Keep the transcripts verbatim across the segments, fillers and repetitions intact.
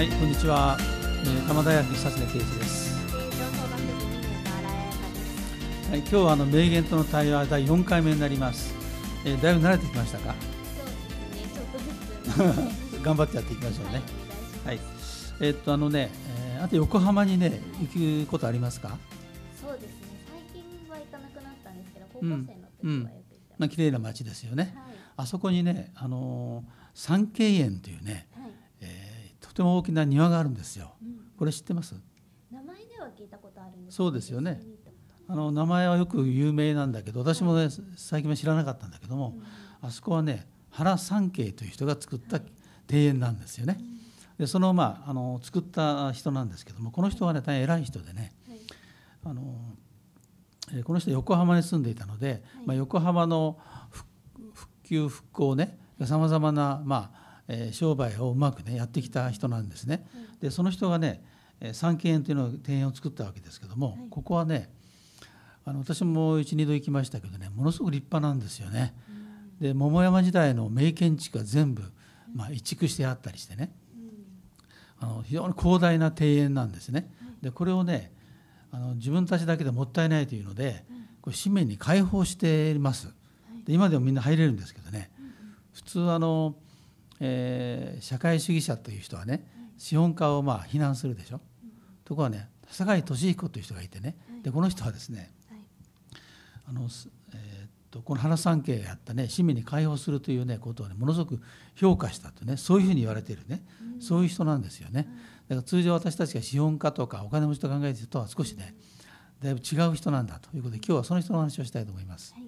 はい、こんにちは。えー、多摩大学久常圭一です。 情報学部にねんの新井彩香です。 はい、今日はあの名言との対話だいよんかいめになります。えー、だいぶ慣れてきましたか？ そうですね、ちょっとずつ頑張ってやっていきましょうね。 はい、お願いします。 はい。えーっとあのね、えー、あと横浜にね行くことありますか？ そうですね、最近は行かなくなったんですけど、高校うん生の時はよく行ってまあま綺麗な街ですよね。 す。はい。 あそこにね、あのー三景園というね、 はい。 えーとても大きな庭があるんですよ。 うん、 これ知ってます？ 名前では聞いたことあるんですけど、 そうですよね。 実際に行ったことあの名前はよく有名なんだけど、私もね、 はい、 最近は知らなかったんだけども、 うん、 あそこはね原三景という人が作ったはい、 庭園なんですよね。 うん、 でそのまああの作った人なんですけども、この人はね大変偉い人でね、 はい、 あのえーこの人横浜に住んでいたので、 はい、 まあ、横浜の復復旧復興ねさまざまな、まあえー商売をうまくねやってきた人なんですね。 はい、 でその人がねえー三景園というのを庭園を作ったわけですけども、 はい、 ここはねあの私も一二度行きましたけどね、ものすごく立派なんですよね。 うん、 で桃山時代の名建築が全部、まあ、移築してあったりしてね、 うん、 あの非常に広大な庭園なんですね。 はい、 でこれをねあの自分たちだけでもったいないというので、 はい、 これ市民に開放しています。 はい、 で今でもみんな入れるんですけどね、 うん、 普通あの、えー社会主義者という人はねはい、 資本家をまあ非難するでしょ。 うん、 ところがね坂井俊彦という人がいてね、 はい、 でこの人はですねはい、 あの、えーっとこの原三景がやったね市民に開放するというねことをねものすごく評価したとね、そういうふうに言われているね、 うん、 そういう人なんですよね。だから通常私たちが資本家とかお金持ちと考えているとは少しねだいぶ違う人なんだということで、今日はその人の話をしたいと思います。 はい、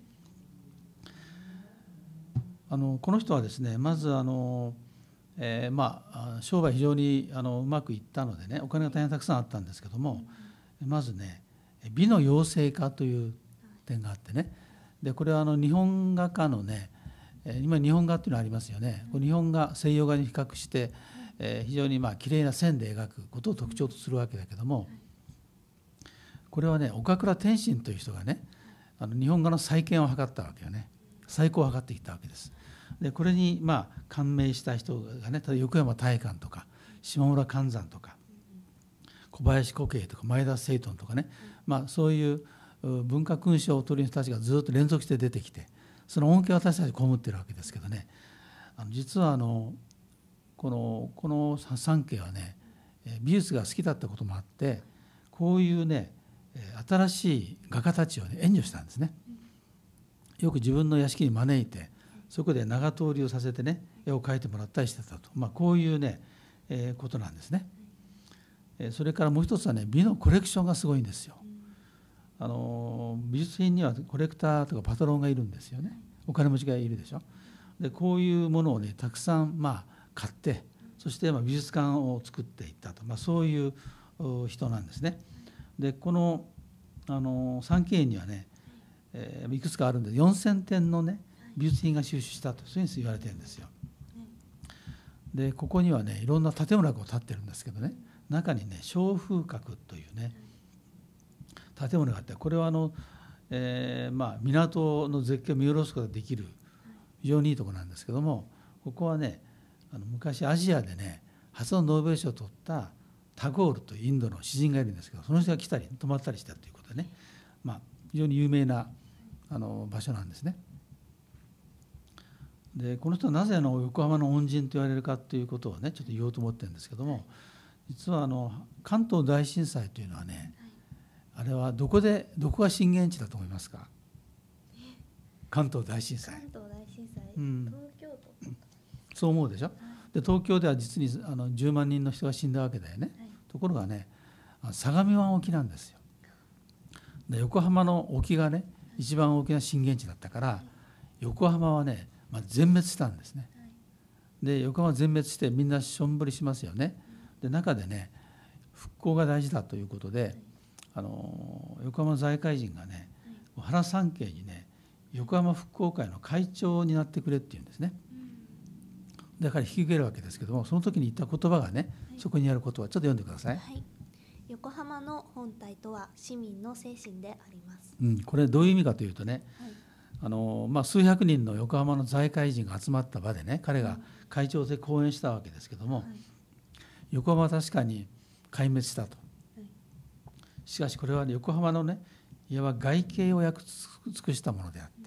あのこの人はですねまずあの、えーまあ商売非常にあのうまくいったのでねお金が大変たくさんあったんですけども、まずね美の養成家という点があってね、でこれはあの日本画家のね今日本画っていうのがありますよね。これ日本画西洋画に比較して、えー非常にまあ綺麗な線で描くことを特徴とするわけだけども、これはね岡倉天心という人がねあの日本画の再建を図ったわけよね。再興を図ってきたわけです。でこれにまあ感銘した人がね、例えば横山大観とか島村寛山とか小林古径とか前田清頓とかね、まあ、そういう文化勲章を取る人たちがずっと連続して出てきて、その恩恵を私たち被っているわけですけどね、あの実はあのこのこの三景はね美術が好きだったこともあって、こういうね新しい画家たちをね援助したんですね。よく自分の屋敷に招いてそこで長通りをさせてね絵を描いてもらったりしてたと、まあ、こういうね、えーことなんですね。それからもう一つはね美のコレクションがすごいんですよ。あの美術品にはコレクターとかパトロンがいるんですよね。お金持ちがいるでしょ。でこういうものをねたくさんまあ買って、そしてまあ美術館を作っていったと、まあ、そういう人なんですね。でこのあの三景園にはね、えーいくつかあるんでよんせんてんのね美術品が収集したと、そういうふうに言われてるんですよ。でここにはねいろんな建物が建ってるんですけどね、中にね松風閣というね建物があって、これはあの、えーまあ、港の絶景を見下ろすことができる非常にいいところなんですけども、ここはねあの昔アジアでね初のノーベル賞を取ったタゴールというインドの詩人がいるんですけど、その人が来たり泊まったりしたということでね、まあ、非常に有名なあの場所なんですね。でこの人はなぜあの横浜の恩人と言われるかということをねちょっと言おうと思ってるんですけども、実はあの関東大震災というのはね、あれはどこでどこが震源地だと思いますか？関東大震災。 関東大震災、 うん、 東京都、 そう思うでしょ。で東京では実にあのじゅうまんにんの人が死んだわけだよね。 はい、 ところがね相模湾沖なんですよ。で横浜の沖がね一番大きな震源地だったから、はい、横浜はね、まあ、全滅したんですね。はい、で横浜全滅してみんなしょんぼりしますよね。で中でね復興が大事だということで、はい、あの横浜財界人がね、はい、原三景にね横浜復興会の会長になってくれって言うんですね。だから引き受けるわけですけども、その時に言った言葉がね、はい、そこにある言葉ちょっと読んでください。 はい、横浜の本体とは市民の精神であります。 うん、これどういう意味かというとね、はい、あのまあ、数百人の横浜の財界人が集まった場でね彼が会長で講演したわけですけども、はい、 横浜は確かに壊滅したと。しかしこれは、ね、横浜のねいわば外形を焼き尽くしたものであって、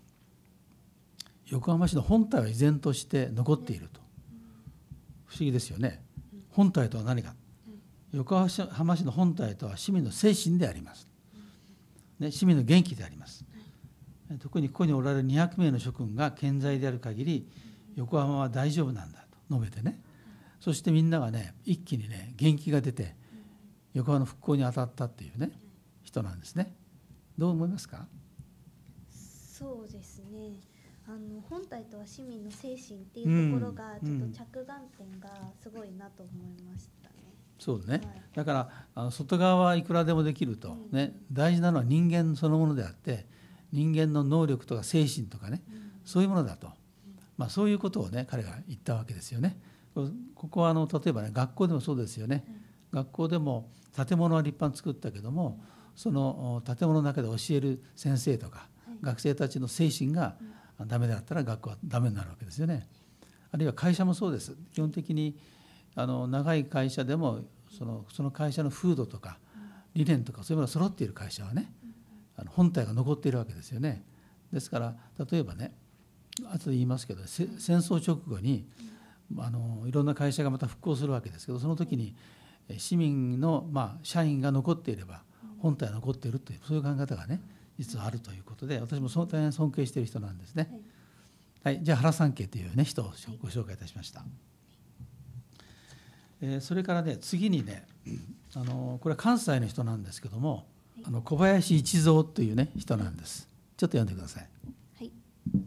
横浜市の本体は依然として残っていると。不思議ですよね。本体とは何か。横浜市の本体とは市民の精神であります、ね、市民の元気であります。特にここにおられるにひゃくめいの諸君が健在である限り横浜は大丈夫なんだと述べてね、そしてみんながね一気にね元気が出て横浜の復興に当たったっていうね人なんですね。どう思いますか？ そうですね、あの本体とは市民の精神っていうところがちょっと着眼点がすごいなと思いましたね。 そうね、 はい、 だからあの外側はいくらでもできると、ね、大事なのは人間そのものであって、人間の能力とか精神とかね、そういうものだと、まあ、そういうことをね彼が言ったわけですよね。ここはあの例えばね学校でもそうですよね。学校でも建物は立派に作ったけども、その建物の中で教える先生とか学生たちの精神がダメだったら学校はダメになるわけですよね。あるいは会社もそうです。基本的にあの長い会社でもその、その会社の風土とか理念とかそういうものが揃っている会社はね、あの本体が残っているわけですよね。ですから例えばね、後で言いますけど、戦争直後にあのいろんな会社がまた復興するわけですけど、その時に市民の、まあ、社員が残っていれば本体が残っているという、そういう考え方がね実はあるということで、私も大変尊敬している人なんですね。はい、じゃあ原三家というね人をご紹介いたしました。えー、それからね次にね、あのこれは関西の人なんですけども、あの小林一三というね人なんです。ちょっと読んでください。 はい。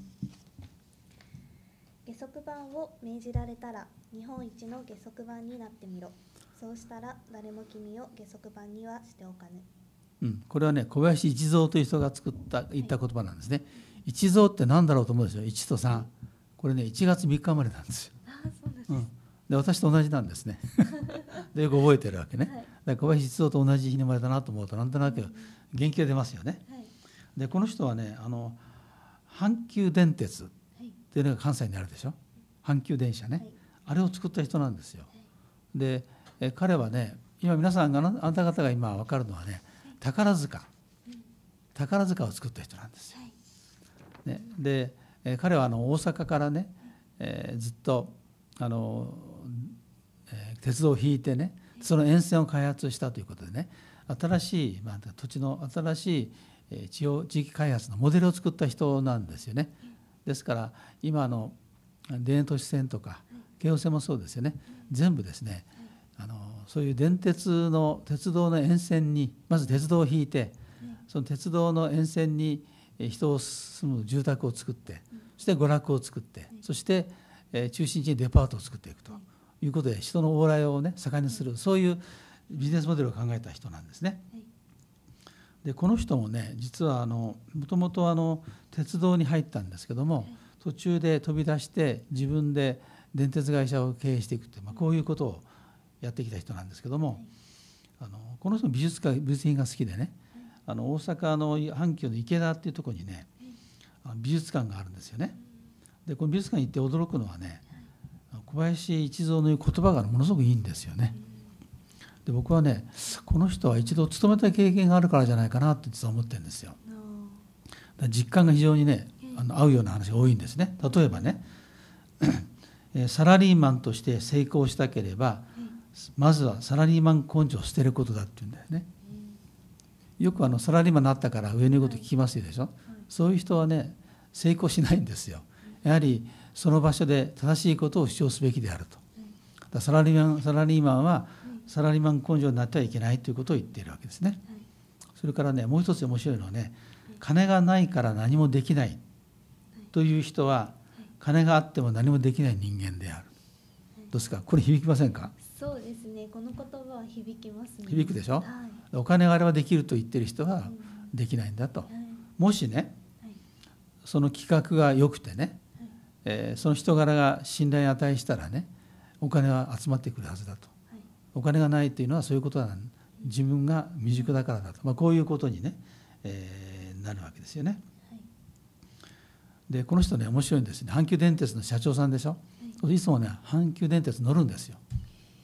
下足版を命じられたら日本一の下足版になってみろ。そうしたら誰も君を下足版にはしておかぬ。 うん、これはね小林一三という人が作った言った言葉なんですね。一三って何だろうと思うんですよ。いちとさん、これねいちがつみっか生まれなんですよ。 ああ、そうなんです。 うん、で私と同じなんですね。でよく覚えてるわけね。だから小林一三と同じ日に生まれたなと思うとなんとなく元気が出ますよね。でこの人はね、あの阪急電鉄っていうのが関西にあるでしょ。阪急電車ね、あれを作った人なんですよ。でえ彼はね、今皆さんがあなた方が今分かるのはね、宝塚宝塚を作った人なんですよ。ね、でえ彼はあの大阪からね、えー、ずっとあの、えー、鉄道を引いてね、その沿線を開発したということでね、新しい、まあ、土地の新しい地方地域開発のモデルを作った人なんですよね。ですから今の田園都市線とか京王線もそうですよね。全部ですね、あのそういう電鉄の鉄道の沿線にまず鉄道を引いて、その鉄道の沿線に人を住む住宅を作って、そして娯楽を作って、そして中心地にデパートを作っていくということで、人の往来をね盛んにする、そういうビジネスモデルを考えた人なんですね。でこの人もね、実はもともと鉄道に入ったんですけども、途中で飛び出して自分で電鉄会社を経営していくって、まあ、こういうことをやってきた人なんですけども、あのこの人も美術家美術品が好きでね、あの大阪の阪急の池田っていうところにね美術館があるんですよね。でこの美術館に行って驚くのはね、小林一三の言う言葉がものすごくいいんですよね。で僕はね、この人は一度勤めた経験があるからじゃないかなって実は思ってるんですよ。実感が非常にねあの合うような話が多いんですね。例えばねサラリーマンとして成功したければまずはサラリーマン根性を捨てることだっていうんだよね。よくあのサラリーマンになったから上の言うこと聞きますよでしょ。そういう人はね成功しないんですよ。やはりその場所で正しいことを主張すべきであると。だサラリーマン、サラリーマンはサラリーマン根性になってはいけないということを言っているわけですね。それからね、もう一つ面白いのはね、金がないから何もできないという人は金があっても何もできない人間である。どうですか、これ響きませんか？ そうですね、この言葉は響きますね。 響くでしょ、はい、お金があればできると言ってる人はできないんだと、はい、もしね、はい、その企画が良くてね、はい、えー、その人柄が信頼に値したらね、お金は集まってくるはずだと、はい、お金がないというのはそういうことなん自分が未熟だからだと、まあ、こういうことにね、えー、なるわけですよね。はい、でこの人ね面白いんですね。阪急電鉄の社長さんでしょ、はい、いつもね阪急電鉄乗るんですよ。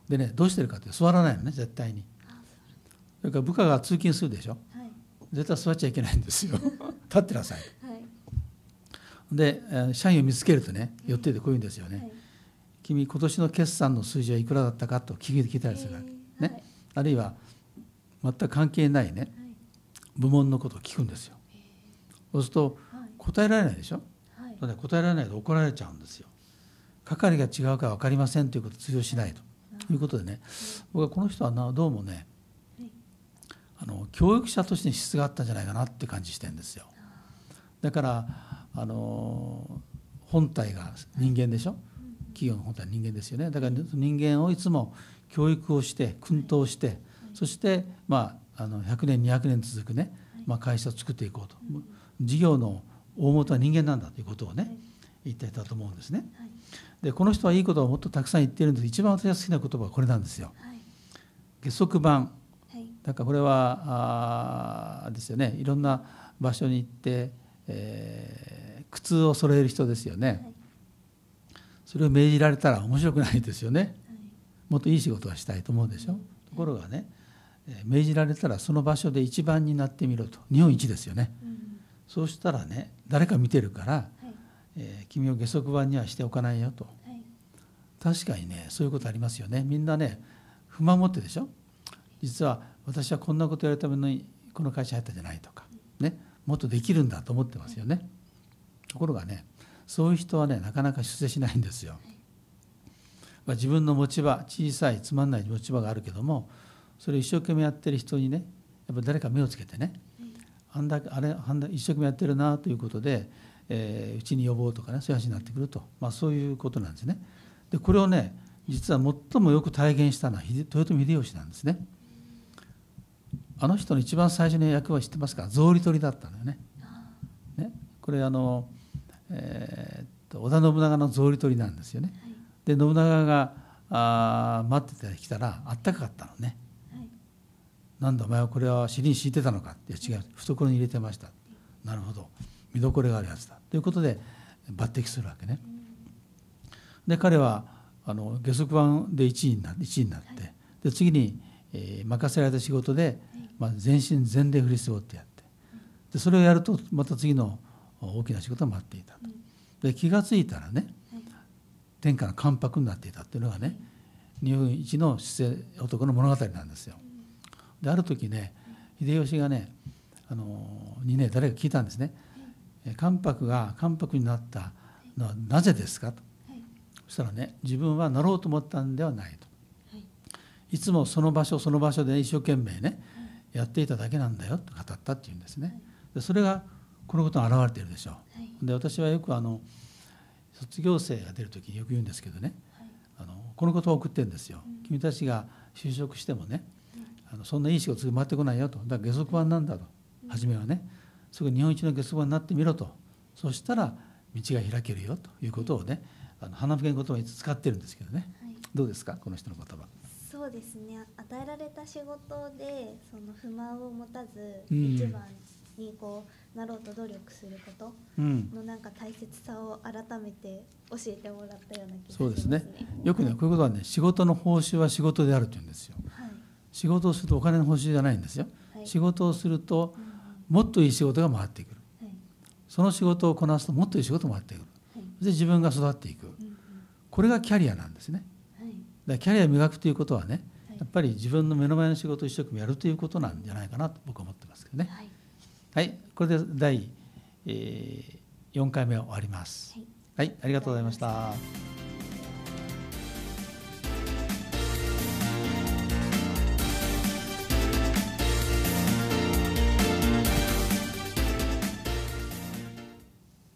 でね、どうしてるかって座らないのね、絶対に。それから部下が通勤するでしょ、はい、絶対座っちゃいけないんですよ立ってなさい、はい、で社員を見つけるとね、寄っててこういうんですよね、はい、君今年の決算の数字はいくらだったかと聞いたりするわけ、ね、はい、あるいは全く関係ないね、はい、部門のことを聞くんですよ。そうすると答えられないでしょ、はい、だ答えられないと怒られちゃうんですよ。係が違うか分かりませんということを通用しないということでね、僕はこの人はどうもね、あの教育者として質があったんじゃないかなって感じしてるんですよ。だからあの本体が人間でしょ、企業の本体は人間ですよね。だから人間をいつも教育をして訓導して、そしてまああのひゃくねんにひゃくねん続くね、まあ、会社を作っていこうと、事業の大元は人間なんだということをね言っていたと思うんですね。でこの人はいいことをもっとたくさん言っているんです。一番私が好きな言葉はこれなんですよ。下足版。だからこれはあですよね、いろんな場所に行って、えー、靴を揃える人ですよね、はい、それを命じられたら面白くないですよね、はい、もっといい仕事がしたいと思うでしょ、はい、ところがね、えー、命じられたらその場所で一番になってみろと、日本一ですよね、うん、そうしたらね、誰か見てるから、はい、えー、君を下足版にはしておかないよと、はい、確かにね、そういうことありますよね。みんなね不満持ってでしょ、実は私はこんなことやるためにこの会社入ったんじゃないとか、ね、もっとできるんだと思ってますよね。ところがね、そういう人はねなかなか出世しないんですよ。まあ、自分の持ち場、小さいつまんない持ち場があるけども、それを一生懸命やってる人にね、やっぱ誰か目をつけてね、あんだあれあんだ一生懸命やってるなということで、えー、うちに呼ぼうとかね、そういう話になってくると、まあ、そういうことなんですね。でこれをね、実は最もよく体現したのは豊臣秀吉なんですね。あの人の一番最初の役は知ってますか？草履取りだったのよね。ね、これあの、えー、っと織田信長の草履取りなんですよね。で信長があ待っててきたらあったかかったのね。はい、なんだお前はこれは尻に敷いてたのかって、違う、懐に入れてました。なるほど、見どころがあるやつだということで抜擢するわけね。で彼はあの下足版でいちいになって、いちいになって、はい、で次に、えー、任せられた仕事で、まあ、全身全霊振り絞ってやって、でそれをやるとまた次の大きな仕事が待っていたと。で気がついたらね、天下の関白になっていたっていうのがね、日本一の出世男の物語なんですよ。である時ね、秀吉がね、あのにね誰か聞いたんですね。関白が関白になったのはなぜですかと。そしたらね、自分はなろうと思ったんではないと。いつもその場所その場所で一生懸命ねやっていただけなんだよと語ったっていうんですね。でそれがこのことに表れているでしょう。で私はよくあの卒業生が出る時によく言うんですけどね、あのこの言葉を送ってるんですよ。君たちが就職してもね、あのそんないい仕事回ってこないよと。だから下足版なんだと、初めはね、すぐ日本一の下足版になってみろと。そしたら道が開けるよということをね、あの花吹の言葉に使ってるんですけどね、はい、どうですかこの人の言葉。 そうですね、与えられた仕事でその不満を持たず、うん、一番にこうなろうと努力することのなんか大切さを改めて教えてもらったような気がしますね。 そうですね。よくね、こういうことはね、仕事の報酬は仕事であるというんですよ。はい、仕事をするとお金の報酬じゃないんですよ。はい、仕事をするともっといい仕事が回ってくる。はい、その仕事をこなすともっといい仕事が回ってくる。はい、で自分が育っていく。うんうん、これがキャリアなんですね。はい、だからキャリアを磨くということはね、やっぱり自分の目の前の仕事を一生懸命やるということなんじゃないかなと僕は思ってますけどね。はい、はい、これでだいよんかいめは終わります。はい、はい、ありがとうございました。